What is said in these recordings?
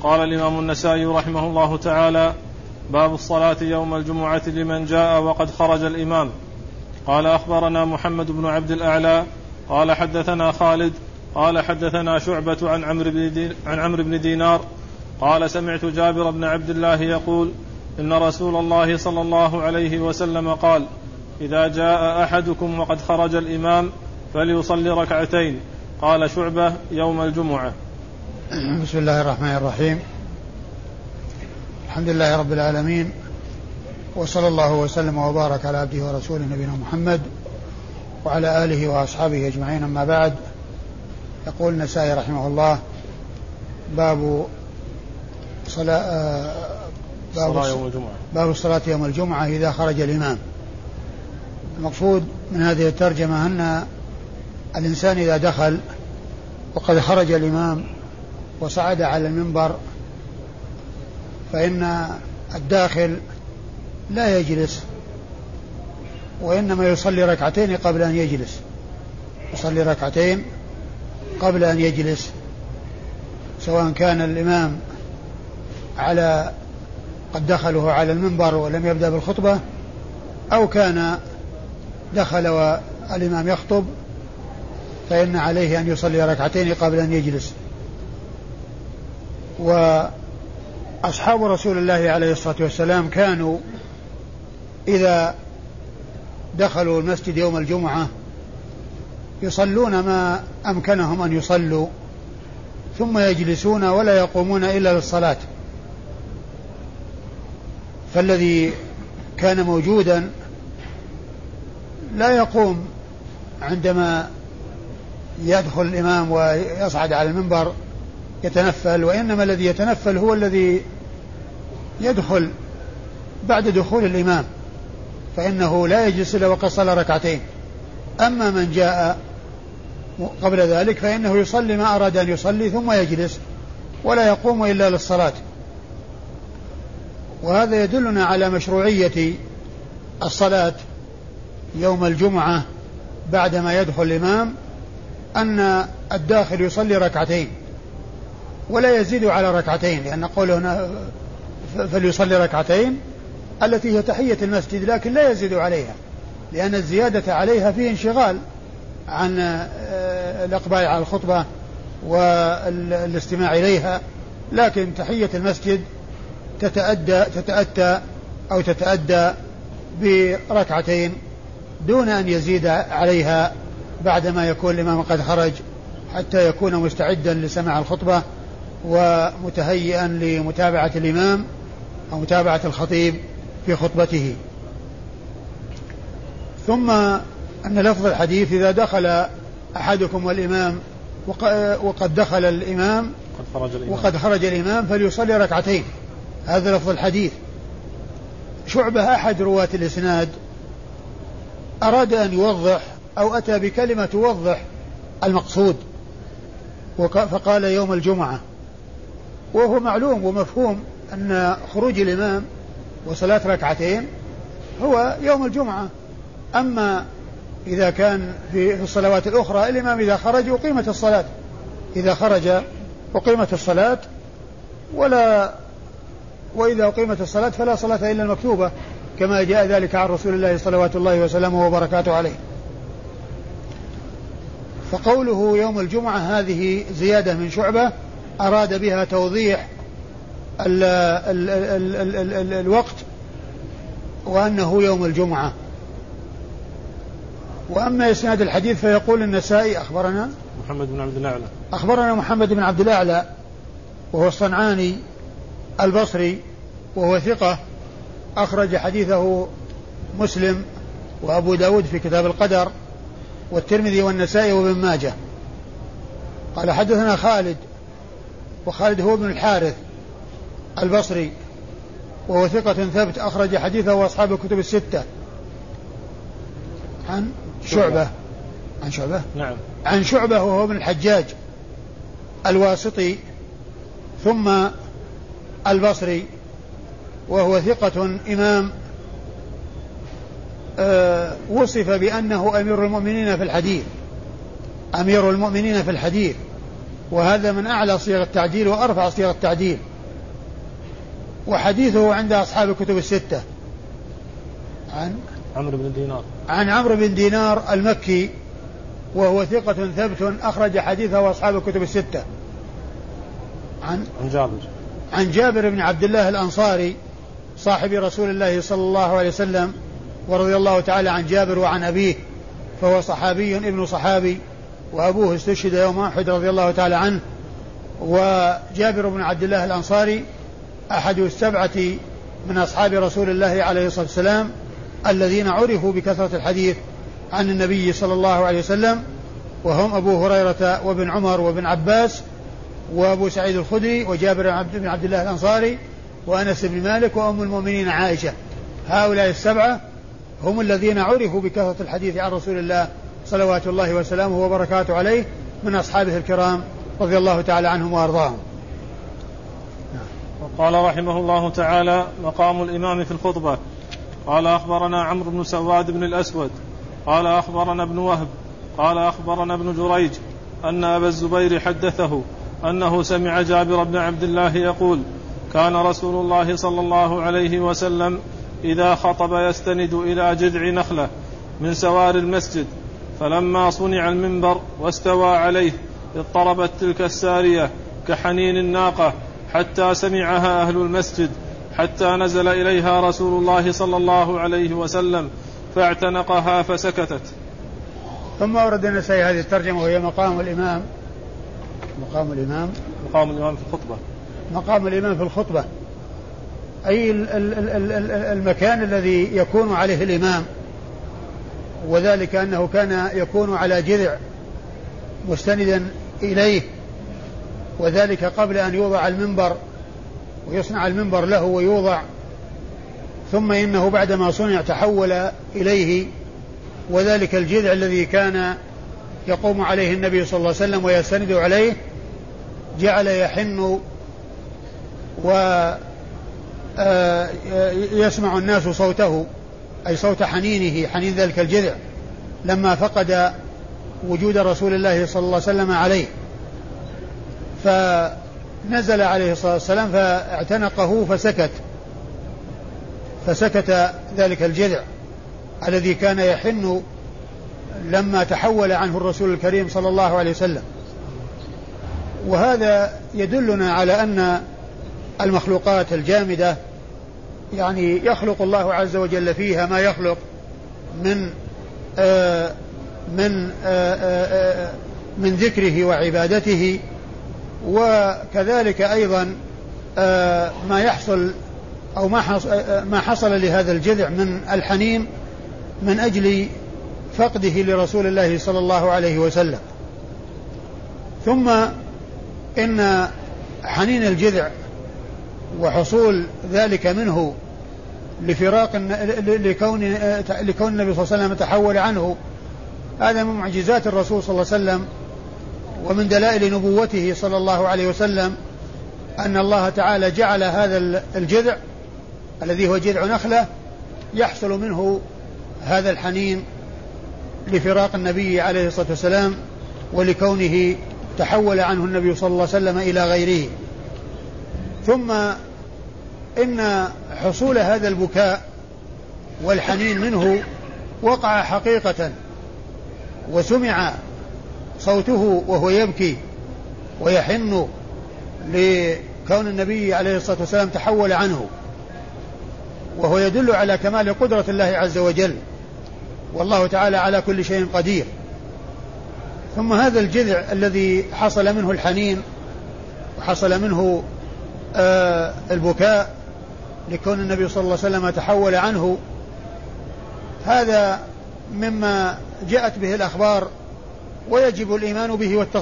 قال الإمام النسائي رحمه الله تعالى: باب الصلاة يوم الجمعة لمن جاء وقد خرج الإمام. قال: أخبرنا محمد بن عبد الأعلى قال حدثنا خالد قال حدثنا شعبة عن عمرو بن دينار قال: سمعت جابر بن عبد الله يقول: إن رسول الله صلى الله عليه وسلم قال: إذا جاء أحدكم وقد خرج الإمام فليصلي ركعتين. قال شعبة: يوم الجمعة. بسم الله الرحمن الرحيم. الحمد لله رب العالمين، وصلى الله وسلم وبارك على عبده ورسوله نبينا محمد وعلى آله وأصحابه أجمعين، أما بعد. يقول النسائي رحمه الله: باب الصلاة يوم الجمعة إذا خرج الإمام. المقصود من هذه الترجمة أن الإنسان إذا دخل وقد خرج الإمام وصعد على المنبر فإن الداخل لا يجلس، وإنما يصلي ركعتين قبل أن يجلس، يصلي ركعتين قبل أن يجلس، سواء كان الإمام قد دخله على المنبر ولم يبدأ بالخطبة، أو كان دخل والإمام يخطب، فإن عليه أن يصلي ركعتين قبل أن يجلس. وأصحاب رسول الله عليه الصلاة والسلام كانوا إذا دخلوا المسجد يوم الجمعة يصلون ما أمكنهم أن يصلوا، ثم يجلسون ولا يقومون إلا للصلاة. فالذي كان موجودا لا يقوم عندما يدخل الإمام ويصعد على المنبر يتنفل، وإنما الذي يتنفل هو الذي يدخل بعد دخول الإمام، فإنه لا يجلس إلا وقد صلى ركعتين. أما من جاء قبل ذلك فإنه يصلي ما أراد أن يصلي ثم يجلس ولا يقوم إلا للصلاة. وهذا يدلنا على مشروعية الصلاة يوم الجمعة بعدما يدخل الإمام، أن الداخل يصلي ركعتين ولا يزيد على ركعتين، لأن قوله هنا فليصلي ركعتين التي هي تحية المسجد، لكن لا يزيد عليها، لأن الزيادة عليها فيه انشغال عن الإقبال على الخطبة والاستماع إليها. لكن تحية المسجد تتأدى بركعتين دون أن يزيد عليها بعدما يكون الإمام قد خرج، حتى يكون مستعدا لسماع الخطبة ومتهيئا لمتابعة الإمام أو متابعة الخطيب في خطبته. ثم أن لفظ الحديث: إذا دخل أحدكم والإمام وقد دخل الإمام وقد خرج الإمام فليصلي ركعتين، هذا لفظ الحديث. شعبة أحد رواة الإسناد أراد أن يوضح أو أتى بكلمة توضح المقصود، فقال يوم الجمعة، وهو معلوم ومفهوم أن خروج الإمام وصلاة ركعتين هو يوم الجمعة. أما إذا كان في الصلوات الأخرى الإمام إذا خرج أقيمت الصلاة، إذا خرج أقيمت الصلاة، وإذا أقيمت الصلاة فلا صلاة إلا المكتوبة، كما جاء ذلك عن رسول الله صلوات الله وسلامه وبركاته عليه. فقوله يوم الجمعة هذه زيادة من شعبة أراد بها توضيح الوقت وأنه يوم الجمعة. وأما إسناد الحديث فيقول النسائي: أخبرنا محمد بن عبد الأعلى وهو الصنعاني البصري، وهو ثقة، أخرج حديثه مسلم وأبو داود في كتاب القدر والترمذي والنسائي وابن ماجه. قال: حدثنا خالد، وخالد هو ابن الحارث البصري، وهو ثقة ثبت، أخرج حديثه وأصحاب الكتب الستة. عن شعبة نعم، عن شعبة وهو ابن الحجاج الواسطي ثم البصري، وهو ثقة إمام، وصف بأنه أمير المؤمنين في الحديث، وهذا من أعلى صيغ التعديل وأرفع صيغ التعديل، وحديثه عند أصحاب الكتب الستة. عن عمرو بن دينار المكي وهو ثقة ثبت أخرج حديثه أصحاب الكتب الستة. عن جابر بن عبد الله الأنصاري صاحب رسول الله صلى الله عليه وسلم ورضي الله تعالى عن جابر وعن أبيه، فهو صحابي ابن صحابي، وأبوه استشهد يوم أحد رضي الله تعالى عنه. وجابر بن عبد الله الأنصاري أحد السبعة من أصحاب رسول الله عليه الصلاة والسلام الذين عرفوا بكثرة الحديث عن النبي صلى الله عليه وسلم، وهم أبو هريرة وابن عمر وابن عباس وأبو سعيد الخدري وجابر بن عبد الله الأنصاري وأنس بن مالك وأم المؤمنين عائشة. هؤلاء السبعة هم الذين عرفوا بكثرة الحديث عن رسول الله صلوات الله وسلامه وبركاته عليه من أصحابه الكرام رضي الله تعالى عنهم وأرضاهم. وقال رحمه الله تعالى: مقام الإمام في الخطبة. قال أخبرنا عمرو بن سواد بن الأسود قال أخبرنا ابن وهب قال أخبرنا ابن جريج أن أبا الزبير حدثه أنه سمع جابر بن عبد الله يقول: كان رسول الله صلى الله عليه وسلم إذا خطب يستند إلى جذع نخلة من سوار المسجد، فلما صنع المنبر واستوى عليه اضطربت تلك السارية كحنين الناقة حتى سمعها أهل المسجد، حتى نزل إليها رسول الله صلى الله عليه وسلم فاعتنقها فسكتت. ثم ورد النسائي هذه الترجمة وهي مقام الإمام في الخطبة. مقام الإمام في الخطبة أي المكان الذي يكون عليه الإمام، وذلك أنه كان يكون على جذع مستندا إليه، وذلك قبل أن يوضع المنبر ويصنع المنبر له ويوضع، ثم إنه بعدما صنع تحول إليه، وذلك الجذع الذي كان يقوم عليه النبي صلى الله عليه وسلم ويستند عليه جعل يحن ويسمع الناس صوته، أي صوت حنينه، حنين ذلك الجذع لما فقد وجود رسول الله صلى الله عليه وسلم عليه، فنزل عليه الصلاة والسلام فاعتنقه فسكت ذلك الجذع الذي كان يحن لما تحول عنه الرسول الكريم صلى الله عليه وسلم. وهذا يدلنا على أن المخلوقات الجامدة يعني يخلق الله عز وجل فيها ما يخلق من ذكره وعبادته، وكذلك أيضا ما يحصل أو ما حصل لهذا الجذع من الحنين من أجل فقده لرسول الله صلى الله عليه وسلم. ثم إن حنين الجذع وحصول ذلك منه لفراق لكون النبي صلى الله عليه وسلم تحول عنه، هذا من معجزات الرسول صلى الله عليه وسلم ومن دلائل نبوته صلى الله عليه وسلم، أن الله تعالى جعل هذا الجذع الذي هو جذع نخلة يحصل منه هذا الحنين لفراق النبي عليه الصلاة والسلام ولكونه تحول عنه النبي صلى الله عليه وسلم إلى غيره. ثم إن حصول هذا البكاء والحنين منه وقع حقيقة، وسمع صوته وهو يبكي ويحن لكون النبي عليه الصلاة والسلام تحول عنه، وهو يدل على كمال قدرة الله عز وجل، والله تعالى على كل شيء قدير. ثم هذا الجذع الذي حصل منه الحنين وحصل منه البكاء لكون النبي صلى الله عليه وسلم تحول عنه، هذا مما جاءت به الأخبار ويجب الإيمان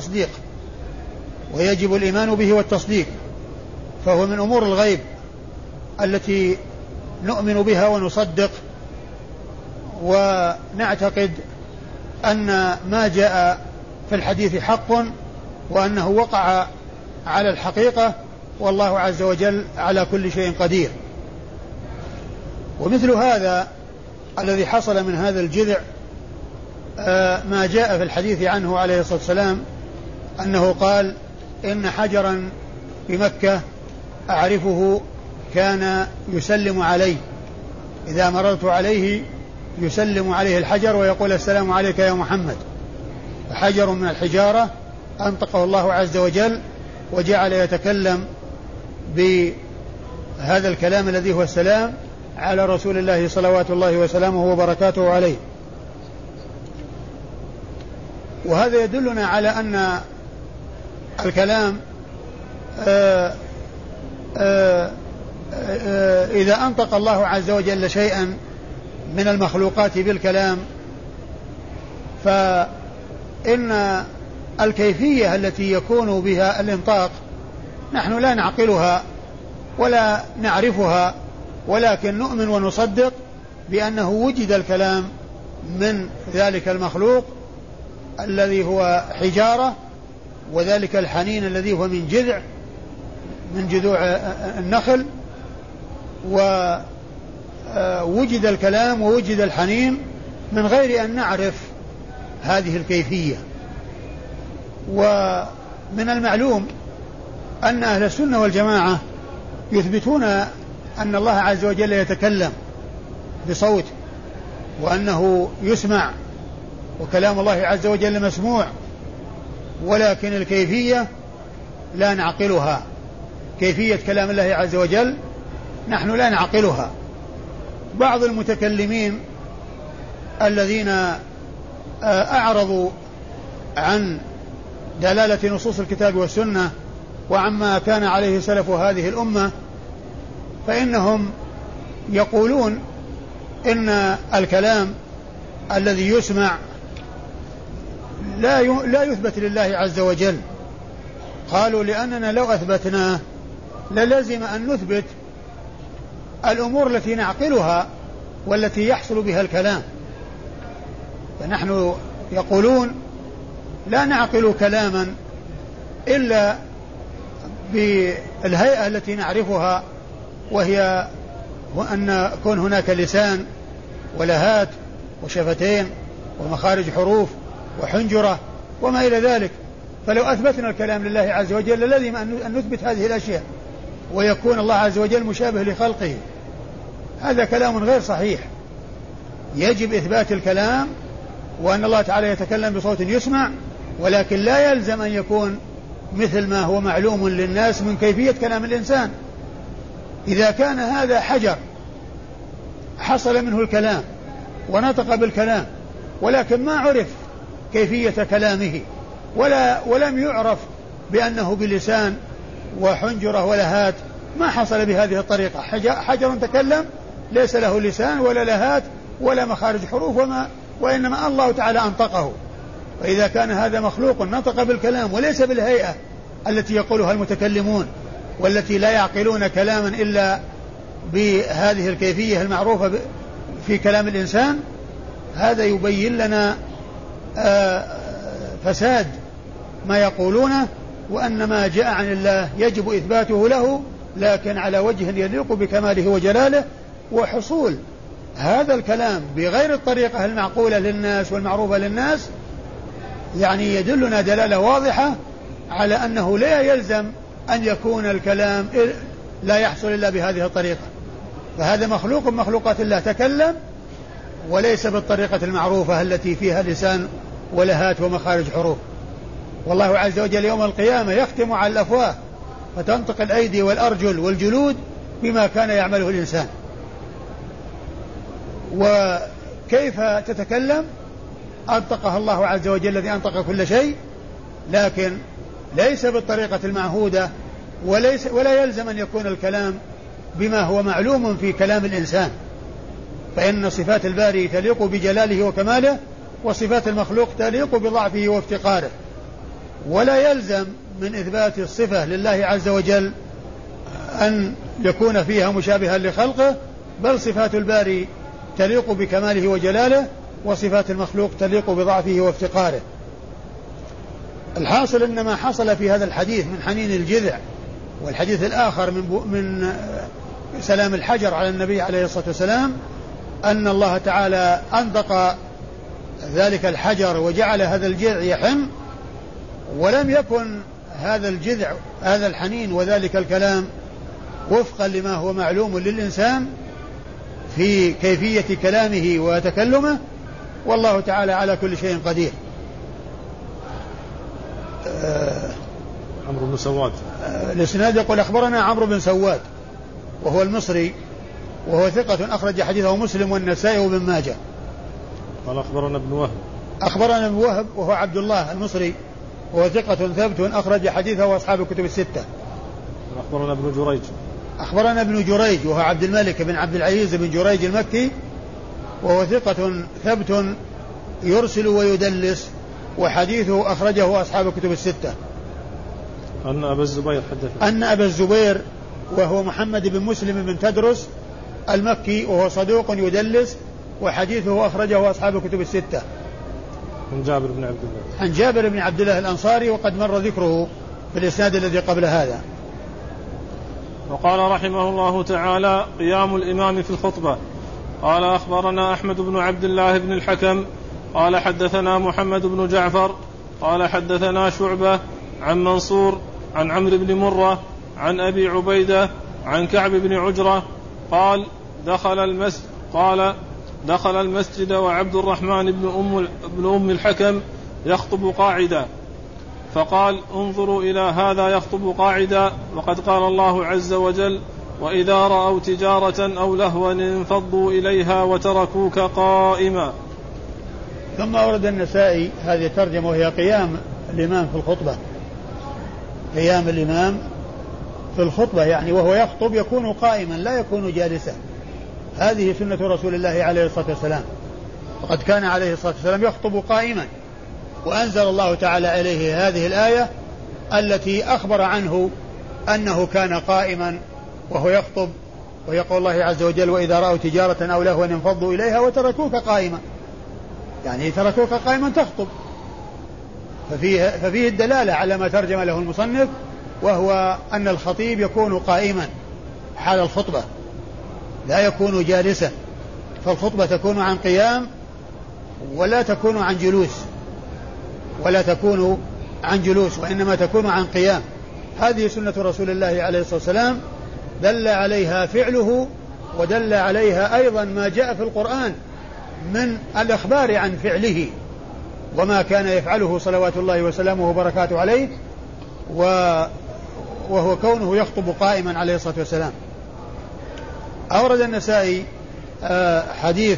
به والتصديق، فهو من أمور الغيب التي نؤمن بها ونصدق ونعتقد أن ما جاء في الحديث حق وأنه وقع على الحقيقة، والله عز وجل على كل شيء قدير. ومثل هذا الذي حصل من هذا الجذع ما جاء في الحديث عنه عليه الصلاة والسلام أنه قال: إن حجرا بمكة أعرفه كان يسلم علي، إذا مررت عليه يسلم عليه الحجر ويقول السلام عليك يا محمد. حجر من الحجارة أنطقه الله عز وجل وجعل يتكلم بهذا الكلام الذي هو السلام على رسول الله صلوات الله وسلامه وبركاته عليه. وهذا يدلنا على أن الكلام إذا أنطق الله عز وجل شيئا من المخلوقات بالكلام فإن الكيفية التي يكون بها الإنطاق نحن لا نعقلها ولا نعرفها، ولكن نؤمن ونصدق بأنه وجد الكلام من ذلك المخلوق الذي هو حجارة، وذلك الحنين الذي هو من جذع من جذوع النخل، ووجد الكلام ووجد الحنين من غير أن نعرف هذه الكيفية. ومن المعلوم أن أهل السنة والجماعة يثبتون أن الله عز وجل يتكلم بصوت وأنه يسمع وكلام الله عز وجل مسموع، ولكن الكيفية لا نعقلها. كيفية كلام الله عز وجل نحن لا نعقلها. بعض المتكلمين الذين أعرضوا عن دلالة نصوص الكتاب والسنة وعما كان عليه سلف هذه الأمة فإنهم يقولون إن الكلام الذي يسمع لا يثبت لله عز وجل. قالوا لأننا لو أثبتناه للزم أن نثبت الأمور التي نعقلها والتي يحصل بها الكلام. فنحن يقولون لا نعقل كلاما إلا بالهيئة التي نعرفها، وهي أن يكون هناك لسان ولهات وشفتين ومخارج حروف وحنجرة وما إلى ذلك. فلو أثبتنا الكلام لله عز وجل لازم أن نثبت هذه الأشياء ويكون الله عز وجل مشابه لخلقه. هذا كلام غير صحيح. يجب إثبات الكلام وأن الله تعالى يتكلم بصوت يسمع، ولكن لا يلزم أن يكون مثل ما هو معلوم للناس من كيفية كلام الإنسان. إذا كان هذا حجر حصل منه الكلام ونطق بالكلام ولكن ما عرف كيفية كلامه ولم يعرف بأنه بلسان وحنجرة ولهات، ما حصل بهذه الطريقة. حجر تكلم ليس له لسان ولا لهات ولا مخارج حروف وإنما الله تعالى أنطقه. وإذا كان هذا مخلوق نطق بالكلام وليس بالهيئة التي يقولها المتكلمون والتي لا يعقلون كلاما إلا بهذه الكيفية المعروفة في كلام الإنسان، هذا يبين لنا فساد ما يقولونه، وأن ما جاء عن الله يجب إثباته له لكن على وجه يليق بكماله وجلاله. وحصول هذا الكلام بغير الطريقة المعقولة للناس والمعروفة للناس يعني يدلنا دلالة واضحة على أنه لا يلزم أن يكون الكلام لا يحصل إلا بهذه الطريقة. فهذا مخلوق من مخلوقات الله تكلم وليس بالطريقة المعروفة التي فيها لسان ولهات ومخارج حروف. والله عز وجل يوم القيامة يختم على الأفواه فتنطق الأيدي والأرجل والجلود بما كان يعمله الإنسان. وكيف تتكلم؟ أنطقها الله عز وجل الذي أنطق كل شيء، لكن ليس بالطريقة المعهودة ولا يلزم أن يكون الكلام بما هو معلوم في كلام الإنسان، فإن صفات الباري تليق بجلاله وكماله وصفات المخلوق تليق بضعفه وافتقاره. ولا يلزم من إثبات الصفة لله عز وجل أن يكون فيها مشابها لخلقه، بل صفات الباري تليق بكماله وجلاله وصفات المخلوق تليق بضعفه وافتقاره. الحاصل أن ما حصل في هذا الحديث من حنين الجذع والحديث الآخر من سلام الحجر على النبي عليه الصلاة والسلام أن الله تعالى أنطق ذلك الحجر وجعل هذا الجذع يحن، ولم يكن هذا الجذع هذا الحنين وذلك الكلام وفقا لما هو معلوم للإنسان في كيفية كلامه وتكلمه، والله تعالى على كل شيء قدير. عمرو بن سواد. الإسناد يقول أخبرنا عمرو بن سواد وهو المصري وهو ثقة أخرج حديثه مسلم والنسائي وابن ماجه. قال أخبرنا ابن وهب. أخبرنا ابن وهب وهو عبد الله المصري وهو ثقة ثبت أخرج حديثه وأصحاب الكتب الستة. أخبرنا ابن جريج. أخبرنا ابن جريج وهو عبد الملك بن عبد العزيز بن جريج المكي وهو ثقة ثبت يرسل ويدلس وحديثه أخرجه أصحاب الكتب الستة. أن أبا الزبير حدث. أن أبا الزبير وهو محمد بن مسلم بن تدرس المكي وهو صدوق يدلس وحديثه أخرجه أصحاب الكتب الستة. عن جابر بن عبد الله. عن جابر بن عبد الله الأنصاري وقد مر ذكره في الإسناد الذي قبل هذا. وقال رحمه الله تعالى: قيام الإمام في الخطبة. قال أخبرنا أحمد بن عبد الله بن الحكم قال حدثنا محمد بن جعفر قال حدثنا شعبة عن منصور عن عمرو بن مرة عن أبي عبيدة عن كعب بن عجرة قال دخل المسجد وعبد الرحمن بن أم الحكم يخطب قاعدا، فقال: انظروا إلى هذا يخطب قاعدا، وقد قال الله عز وجل: وإذا رأوا تجارة أو لهوا انفضوا إليها وتركوك قائما. ثم أورد النسائي هذه الترجمة وهي قيام الإمام في الخطبة. قيام الإمام في الخطبة يعني وهو يخطب يكون قائما لا يكون جالسا. هذه سنة رسول الله عليه الصلاة والسلام، وقد كان عليه الصلاة والسلام يخطب قائما، وأنزل الله تعالى عليه هذه الآية التي أخبر عنه أنه كان قائما وهو يخطب، ويقول الله عز وجل: وإذا رأوا تجارة أو لهوا انفضوا إليها وتركوك قائما، يعني تركوك قائما تخطب. ففيه الدلالة على ما ترجم له المصنف، وهو أن الخطيب يكون قائما حال الخطبة لا يكون جالسا، فالخطبة تكون عن قيام ولا تكون عن جلوس وإنما تكون عن قيام. هذه سنة رسول الله عليه الصلاة والسلام دل عليها فعله، ودل عليها أيضا ما جاء في القرآن من الإخبار عن فعله وما كان يفعله صلوات الله وسلامه وبركاته عليه، وهو كونه يخطب قائما عليه الصلاة والسلام. أورد النسائي حديث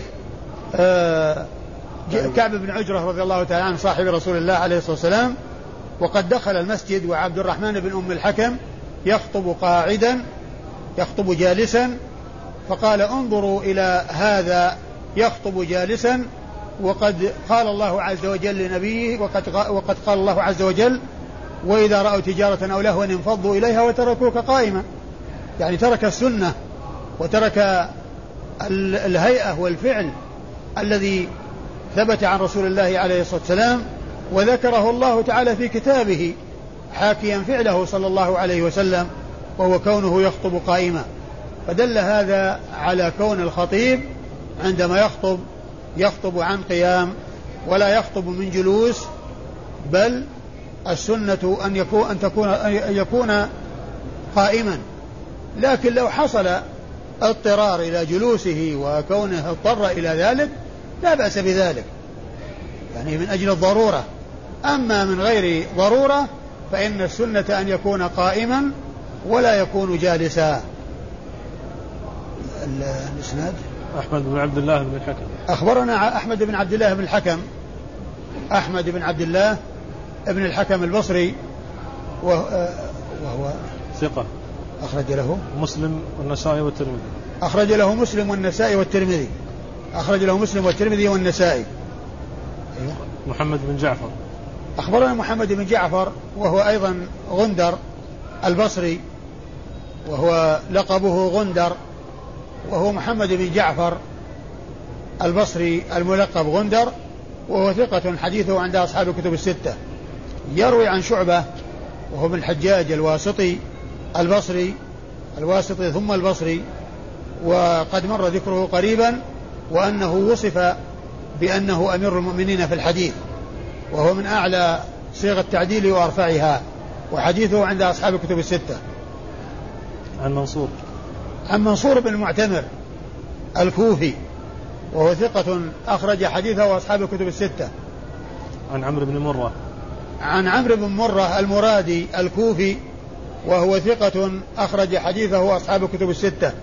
كعب بن عجرة رضي الله تعالى عنه صاحب رسول الله عليه الصلاة والسلام، وقد دخل المسجد وعبد الرحمن بن أم الحكم يخطب قاعدا يخطب جالسا، فقال: انظروا إلى هذا يخطب جالسا، وقد قال الله عز وجل لنبيه وقد قال الله عز وجل: وإذا رأوا تجارة أو لهوا انفضوا إليها وتركوك قائما، يعني ترك السنة وترك الهيئة والفعل الذي ثبت عن رسول الله عليه الصلاة والسلام، وذكره الله تعالى في كتابه حاكيا فعله صلى الله عليه وسلم، وهو كونه يخطب قائما. فدل هذا على كون الخطيب عندما يخطب عن قيام ولا يخطب من جلوس، بل السنة أن يكون قائما. لكن لو حصل اضطرار إلى جلوسه وكونه اضطر إلى ذلك لا بأس بذلك، يعني من أجل الضرورة. أما من غير ضرورة فإن السنة أن يكون قائما ولا يكون جالسا. الإسناد أحمد بن عبد الله بن الحكم. أخبرنا أحمد بن عبد الله بن الحكم، أحمد بن عبد الله بن الحكم البصري، وهو ثقة أخرج له مسلم والنسائي والترمذي. أخرج له مسلم والنسائي والترمذي. أخرج له مسلم والترمذي والنسائي. محمد بن جعفر. أخبرنا محمد بن جعفر وهو أيضا غندر البصري، وهو لقبه غندر، وهو محمد بن جعفر البصري الملقب غندر، وهو ثقة حديثه عند أصحاب الكتب الستة. يروي عن شعبة وهو بن الحجاج الواسطي البصري ثم البصري، وقد مر ذكره قريبا، وأنه وصف بأنه أمير المؤمنين في الحديث، وهو من أعلى صيغ التعديل وأرفعها، وحديثه عند أصحاب الكتب الستة. عن منصور بن المعتمر الكوفي وهو ثقة أخرج حديثه أصحاب الكتب الستة. عن عمرو بن مرة المرادي الكوفي وهو ثقة أخرج حديثه أصحاب الكتب الستة.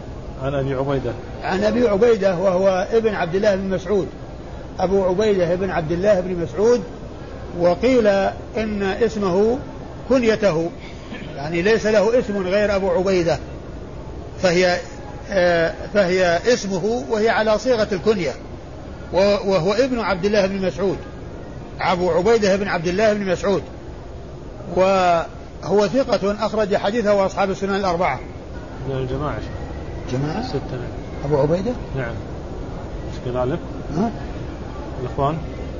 عن أبي عبيدة وهو ابن عبد الله بن مسعود، أبو عبيدة ابن عبد الله بن مسعود، وقيل إن اسمه كنيته، يعني ليس له اسم غير أبو عبيدة، فهي اسمه وهي على صيغة الكنية، وهو ابن عبد الله بن مسعود، أبو عبيدة بن عبد الله بن مسعود، وهو ثقة أخرج حديثه وأصحاب السنن الأربعة. من الجماعة جماعة ستة. أبو عبيدة نعم. مش كذلك؟ الإخوان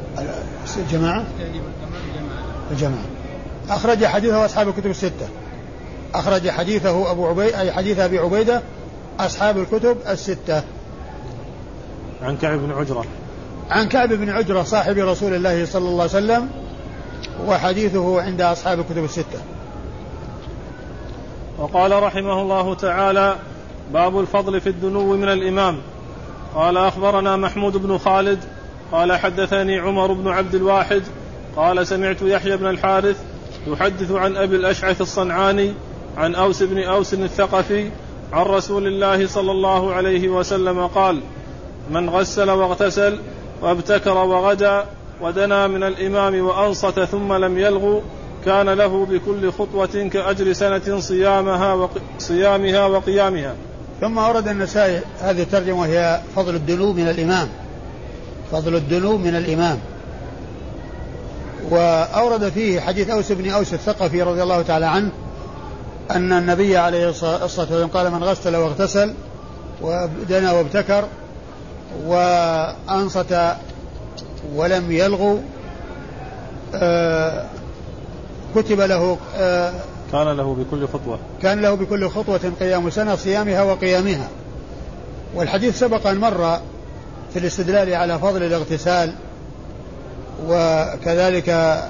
الجماعة أخرج حديثه أصحاب الكتب الستة. أخرج حديثه أبو عبيدة أي حديث أبي عبيدة أصحاب الكتب الستة. عن كعب بن عجرة صاحب رسول الله صلى الله عليه وسلم، وحديثه عند أصحاب الكتب الستة. وقال رحمه الله تعالى: باب الفضل في الدنو من الإمام. قال أخبرنا محمود بن خالد قال حدثني عمر بن عبد الواحد قال سمعت يحيى بن الحارث يحدث عن أبي الأشعث الصنعاني عن أوس بن أوس الثقفي عن رسول الله صلى الله عليه وسلم قال: من غسل واغتسل وابتكر وغدا ودنا من الإمام وأنصت ثم لم يلغو كان له بكل خطوة كأجر سنة صيامها وقيامها. ثم أورد النسائي هذه الترجمة وهي فضل الدنو من الإمام. وأورد فيه حديث أوس بن أوس الثقفي رضي الله تعالى عنه أن النبي عليه الصلاة والسلام قال: من غسل واغتسل ودنا وابتكر وأنصت ولم يلغو كتب له كان له بكل خطوة قيام سنة صيامها وقيامها. والحديث سبق أن مر في الاستدلال على فضل الاغتسال، وكذلك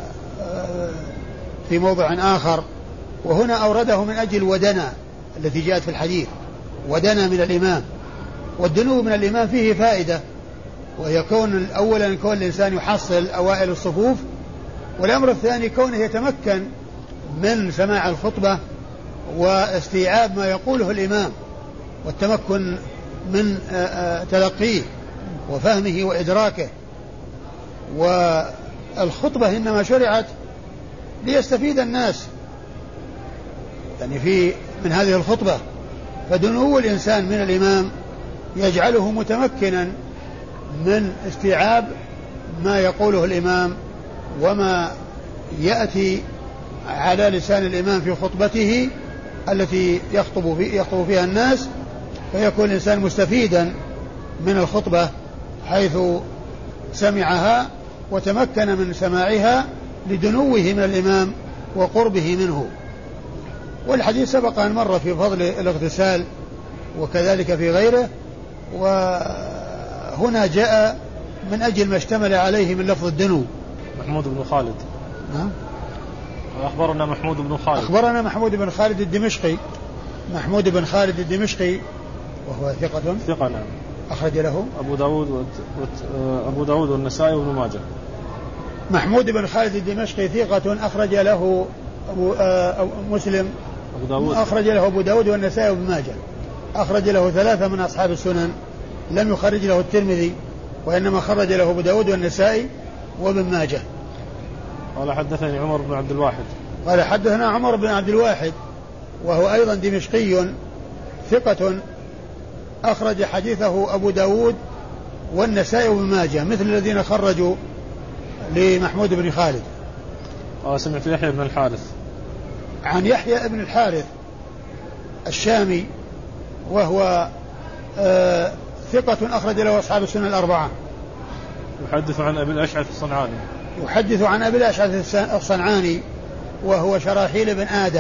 في موضع آخر، وهنا أورده من أجل ودنا التي جاءت في الحديث، ودنا من الإمام. والدنو من الإمام فيه فائدة، ويكون أولا كون الإنسان يحصل أوائل الصفوف، والأمر الثاني كونه يتمكن من سماع الخطبة واستيعاب ما يقوله الإمام، والتمكن من تلقيه وفهمه وإدراكه. والخطبة إنما شرعت ليستفيد الناس يعني من هذه الخطبة، فدنو الإنسان من الإمام يجعله متمكنا من استيعاب ما يقوله الإمام وما يأتي على لسان الإمام في خطبته التي يخطب فيها الناس، فيكون الإنسان مستفيدا من الخطبة حيث سمعها وتمكن من سماعها لدنوه من الإمام وقربه منه. والحديث سبق أن مر في فضل الاغتسال وكذلك في غيره، وهنا جاء من أجل ما اشتمل عليه من لفظ الدنو. محمود بن خالد. نعم. أخبرنا محمود بن خالد الدمشقي، محمود بن خالد الدمشقي وهو ثقة نعم. أخرج له أبو داود والنسائي وابن ماجه. محمود بن خالد الدمشقي ثقة أخرج له مسلم، أخرج له أبو داود والنسائي وابن ماجه، أخرج له 3 من أصحاب السنن، لم يخرج له الترمذي، وإنما خرج له أبو داود والنسائي وابن ماجه. قال حدثني عمر بن عبد الواحد. قال حدثنا عمر بن عبد الواحد وهو أيضا دمشقي ثقة أخرج حديثه أبو داود والنسائي وابن ماجه، مثل الذين خرجوا لمحمود بن خالد. سمعت يحيى بن الحارث. عن يحيى بن الحارث الشامي وهو ثقة أخرج له أصحاب السنن الأربعة. يحدث عن أبي الأشعث الصنعاني وهو شراحيل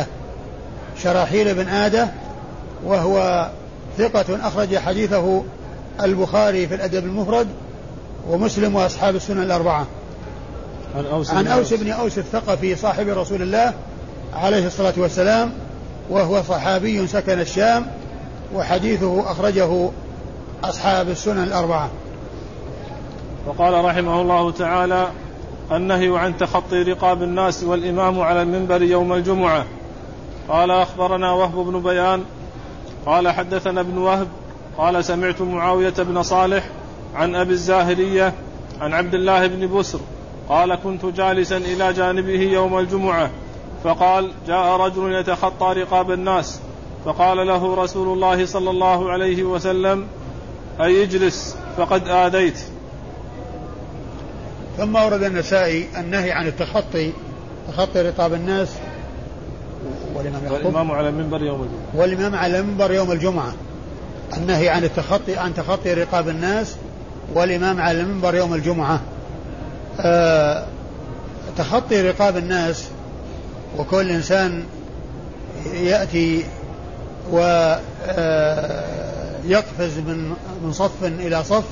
بن آدة وهو ثقة أخرج حديثه البخاري في الأدب المفرد ومسلم وأصحاب السنن الأربعة. عن أوس بن أوس الثقفي صاحب رسول الله عليه الصلاة والسلام وهو صحابي سكن الشام، وحديثه أخرجه أصحاب السنن الأربعة. وقال رحمه الله تعالى: النهي عن تخطي رقاب الناس والإمام على المنبر يوم الجمعة. قال أخبرنا وهب بن بيان قال حدثنا ابن وهب قال سمعت معاوية بن صالح عن أبي الزاهرية عن عبد الله بن بسر قال: كنت جالسا إلى جانبه يوم الجمعة فقال: جاء رجل يتخطى رقاب الناس، فقال له رسول الله صلى الله عليه وسلم: أي اجلس فقد آذيت. ثم ورد النسائي النهي عن تخطي رقاب الناس والإمام على المنبر يوم الجمعة، والإمام على المنبر يوم الجمعة. النهي عن تخطي رقاب الناس والإمام على المنبر يوم الجمعة. تخطي رقاب الناس، وكل إنسان يأتي ويقفز من صف إلى صف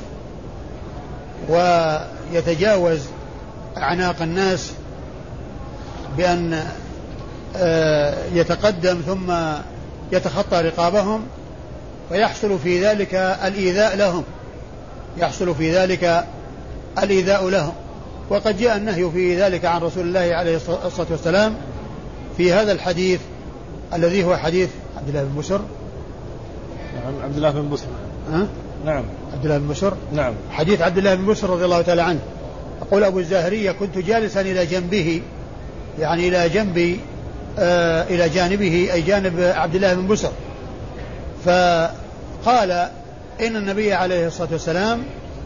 ويتجاوز أعناق الناس بأن يتقدم ثم يتخطى رقابهم، ويحصل في ذلك الإيذاء لهم. وقد جاء النهي في ذلك عن رسول الله عليه الصلاة والسلام في هذا الحديث الذي هو حديث عبد الله بن بسر. نعم، عبد الله بن بسر. نعم، عبد الله بن بسر. نعم، حديث عبد الله بن بسر رضي الله تعالى عنه. يقول أبو الزاهرية: كنت جالسا إلى جنبه، يعني إلى جانبه أي جانب عبد الله بن بسر، فقال: إن النبي عليه الصلاة والسلام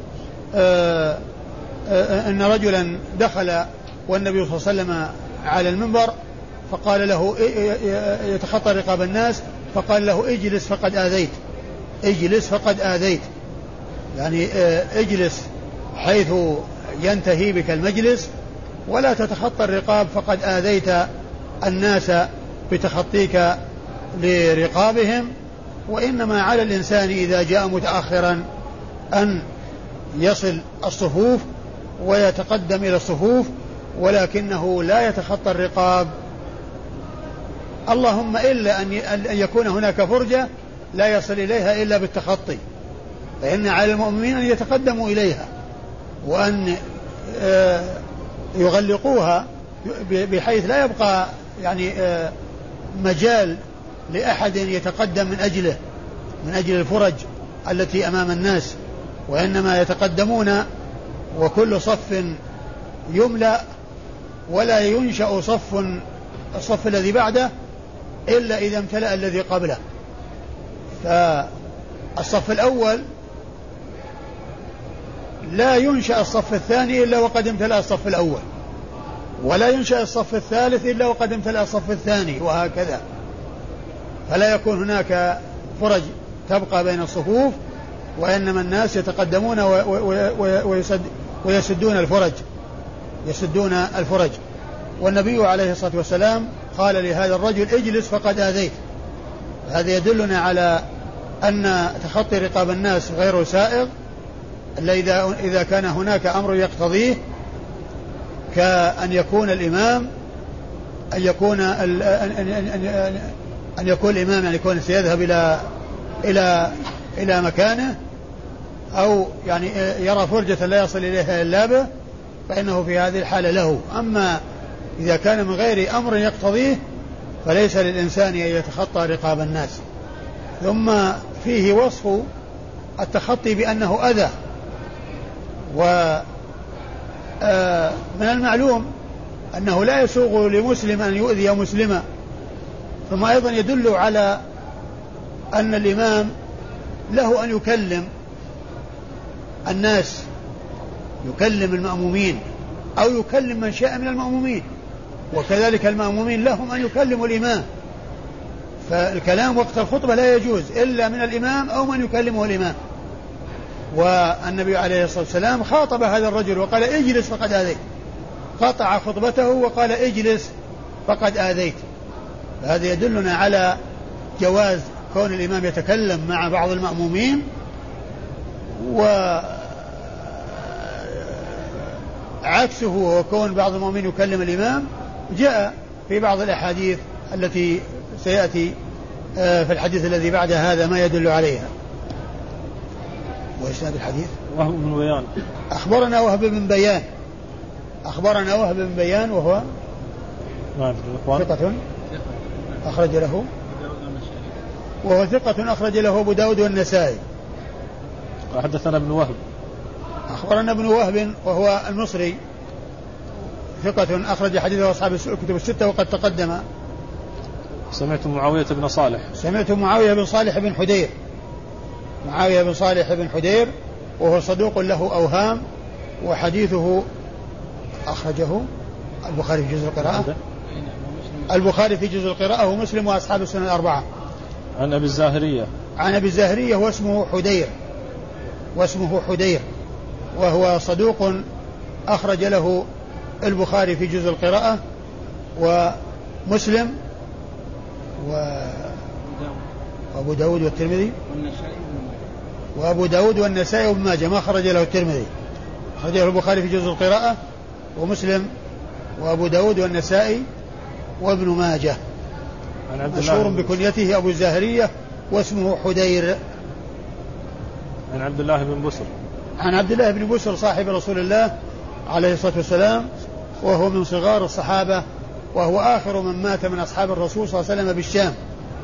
إن رجلا دخل والنبي صلى الله عليه وسلم على المنبر، فقال له يتخطى رقاب الناس، فقال له: اجلس فقد آذيت. اجلس فقد آذيت، يعني اجلس حيث ينتهي بك المجلس، ولا تتخطى الرقاب فقد آذيت الناس بتخطيك لرقابهم. وإنما على الإنسان إذا جاء متأخرا أن يصل الصفوف ويتقدم إلى الصفوف، ولكنه لا يتخطى الرقاب، اللهم إلا أن يكون هناك فرجة لا يصل إليها إلا بالتخطي، فإن على المؤمنين أن يتقدموا إليها وأن يغلقوها بحيث لا يبقى يعني مجال لأحد يتقدم من أجل الفرج التي أمام الناس، وإنما يتقدمون وكل صف يملأ، ولا ينشأ الصف الذي بعده إلا إذا امتلأ الذي قبله. فالصف الأول لا ينشأ الصف الثاني إلا وقد امتلأ الصف الأول، ولا ينشأ الصف الثالث إلا وقد امتلأ الصف الثاني، وهكذا. فلا يكون هناك فرج تبقى بين الصفوف، وإنما الناس يتقدمون ويسدون الفرج. والنبي عليه الصلاة والسلام قال لهذا الرجل: اجلس فقد آذيت. هذا يدلنا على أن تخطي رقاب الناس غير سائغ إلا إذا كان هناك أمر يقتضيه، كأن يكون الإمام أن يكون الإمام يعني يكون سيذهب إلى مكانه، أو يعني يرى فرجة لا يصل إليها إلا به، فإنه في هذه الحالة له. أما إذا كان من غير أمر يقتضيه فليس للإنسان أن يتخطى رقاب الناس. ثم فيه وصف التخطي بأنه أذى، ومن المعلوم أنه لا يسوغ لمسلم أن يؤذي مسلما. ثم أيضا يدل على أن الإمام له أن يكلم الناس، يكلم المأمومين أو يكلم من شاء من المأمومين، وكذلك المأمومين لهم أن يكلموا الإمام. فالكلام وقت الخطبة لا يجوز إلا من الإمام أو من يكلمه الإمام. والنبي عليه الصلاة والسلام خاطب هذا الرجل وقال: اجلس فقد آذيت، قطع خطبته وقال: اجلس فقد آذيت. هذا يدلنا على جواز كون الإمام يتكلم مع بعض المأمومين، وعكسه وكون بعض المؤمنين يكلم الإمام جاء في بعض الأحاديث التي سيأتي في الحديث الذي بعد هذا ما يدل عليها. وإسناد الحديث وهب بن بيان. أخبرنا وهب بن بيان. أخبرنا وهب بن بيان وهو ثقة أخرج له، وهو ثقة أخرج له أبو داود والنسائي. حدثنا ابن وهب. أخبرنا ابن وهب وهو المصري ثقة أخرج حديثه أصحاب الكتب الستة وقد تقدم. سمعت معاوية بن صالح. سمعت معاوية بن صالح بن حدير. معاوية بن صالح بن حدير وهو صدوق له أوهام، وحديثه أخرجه البخاري في جزء القراءة. البخاري في جزء القراءة ومسلم وأصحاب السنن الأربعة. عن أبي الزاهرية. عن أبي الزاهرية واسمه حدير وهو صدوق أخرج له البخاري في جزء القراءة ومسلم وأبو داود والترمذي وأبو داود والنسائي وابن ماجه، ما خرج له الترمذي، خرج له البخاري في جزء القراءة ومسلم وأبو داود والنسائي وابن ماجه. مشهور بكنيته أبو الزاهرية واسمه حدير. عن عبد الله بن بسر. عن عبد الله بن بسر صاحب رسول الله عليه الصلاة والسلام، وهو من صغار الصحابة، وهو آخر من مات من أصحاب الرسول صلى الله عليه وسلم بالشام،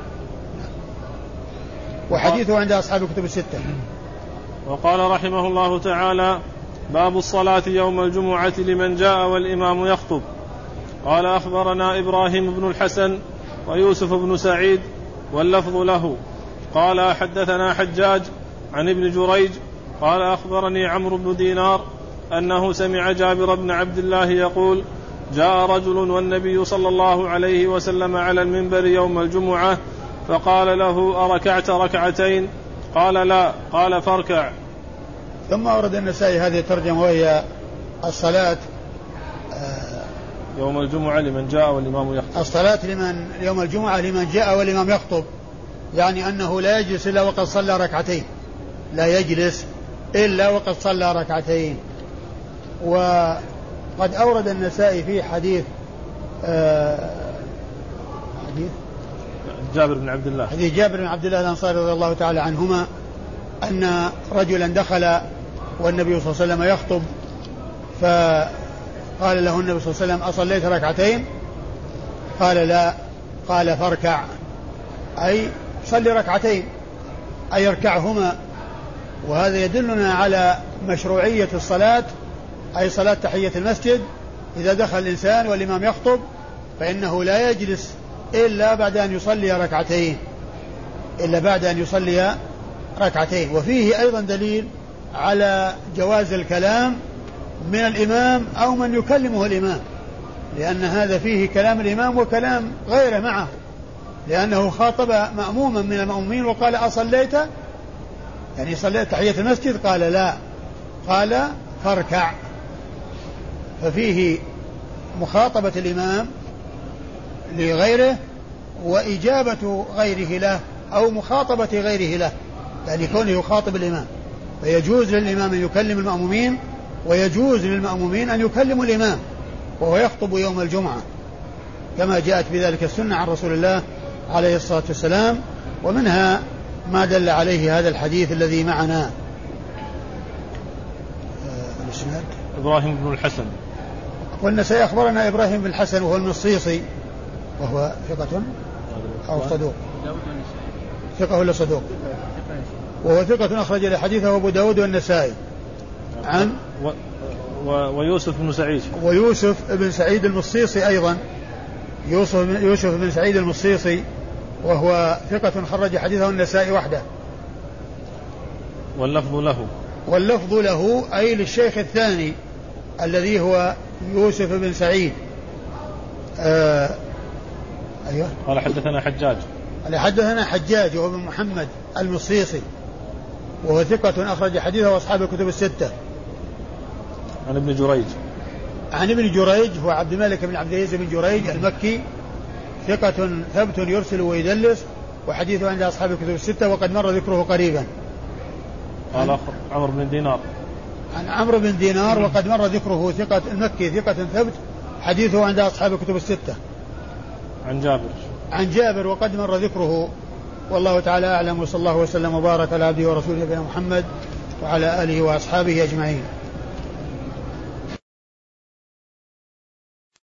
وحديثه عند أصحاب الكتب الستة. وقال رحمه الله تعالى: باب الصلاة يوم الجمعة لمن جاء والإمام يخطب. قال: أخبرنا إبراهيم بن الحسن ويوسف بن سعيد واللفظ له. قال: حدثنا حجاج عن ابن جريج قال: أخبرني عمرو بن دينار أنه سمع جابر بن عبد الله يقول: جاء رجل والنبي صلى الله عليه وسلم على المنبر يوم الجمعة فقال له: أركعت ركعتين؟ قال: لا. قال: فاركع. ثم أورد النسائي هذه الترجمة وهي الصلاة يوم الجمعة لمن جاء والإمام يخطب. الصلاة يوم الجمعة لمن جاء والإمام يخطب، يعني أنه لا يجلس إلا وقد صلى ركعتين، لا يجلس إلا وقد صلى ركعتين. وقد أورد النسائي في حديث جابر بن عبد الله، حديث جابر بن عبد الله الأنصاري رضي الله تعالى عنهما أن رجلا دخل والنبي صلى الله عليه وسلم يخطب، فقال له النبي صلى الله عليه وسلم: أصليت ركعتين؟ قال: لا. قال: فاركع، أي صل ركعتين، أي اركعهما. وهذا يدلنا على مشروعية الصلاة، أي صلاة تحية المسجد. إذا دخل الإنسان والإمام يخطب فإنه لا يجلس إلا بعد أن يصلي ركعتين، وفيه أيضا دليل على جواز الكلام من الإمام أو من يكلمه الإمام، لأن هذا فيه كلام الإمام وكلام غيره معه، لأنه خاطب مأموما من المأمومين وقال: أصليت؟ يعني صليت تحية المسجد؟ قال: لا. قال: فاركع. ففيه مخاطبة الإمام لغيره وإجابة غيره له أو مخاطبة غيره له، يعني كونه يخاطب الإمام، فيجوز للإمام أن يكلم المأمومين ويجوز للمأمومين أن يكلموا الإمام وهو يخطب يوم الجمعة، كما جاءت بذلك السنة عن رسول الله عليه الصلاة والسلام. ومنها ما دل عليه هذا الحديث الذي معنا. إبراهيم بن الحسن. قلنا سيخبرنا إبراهيم بن الحسن وهو المصيصي، وهو ثقة أو صدوق؟ ثقة ولا صدوق؟ وهو ثقة أخرج لحديثه أبو داود والنسائي. عن ويوسف بن سعيد. ويوسف بن سعيد المصيصي أيضا، يوسف بن سعيد المصيصي، وهو ثقة خرج حديثه النسائي وحده. واللفظ له أي للشيخ الثاني الذي هو يوسف بن سعيد. أيوة. قال: حدثنا حجاج وهو بن محمد المصيصي، وهو ثقة أخرج حديثه أصحاب الكتب الستة. عن ابن جريج هو عبد الملك بن عبد العزيز بن جريج المكي، ثقة ثبت يرسل ويدلس، وحديثه عند أصحاب الكتب الستة وقد مر ذكره قريبا. قال عمرو بن دينار. عن عمرو بن دينار وقد مر ذكره، ثقة المكي ثقة ثبت، حديثه عند أصحاب الكتب الستة. عن عن جابر وقد مر ذكره، والله تعالى أعلم، وصلى الله وسلم وبارك على عبده ورسوله نبينا محمد وعلى آله وأصحابه أجمعين.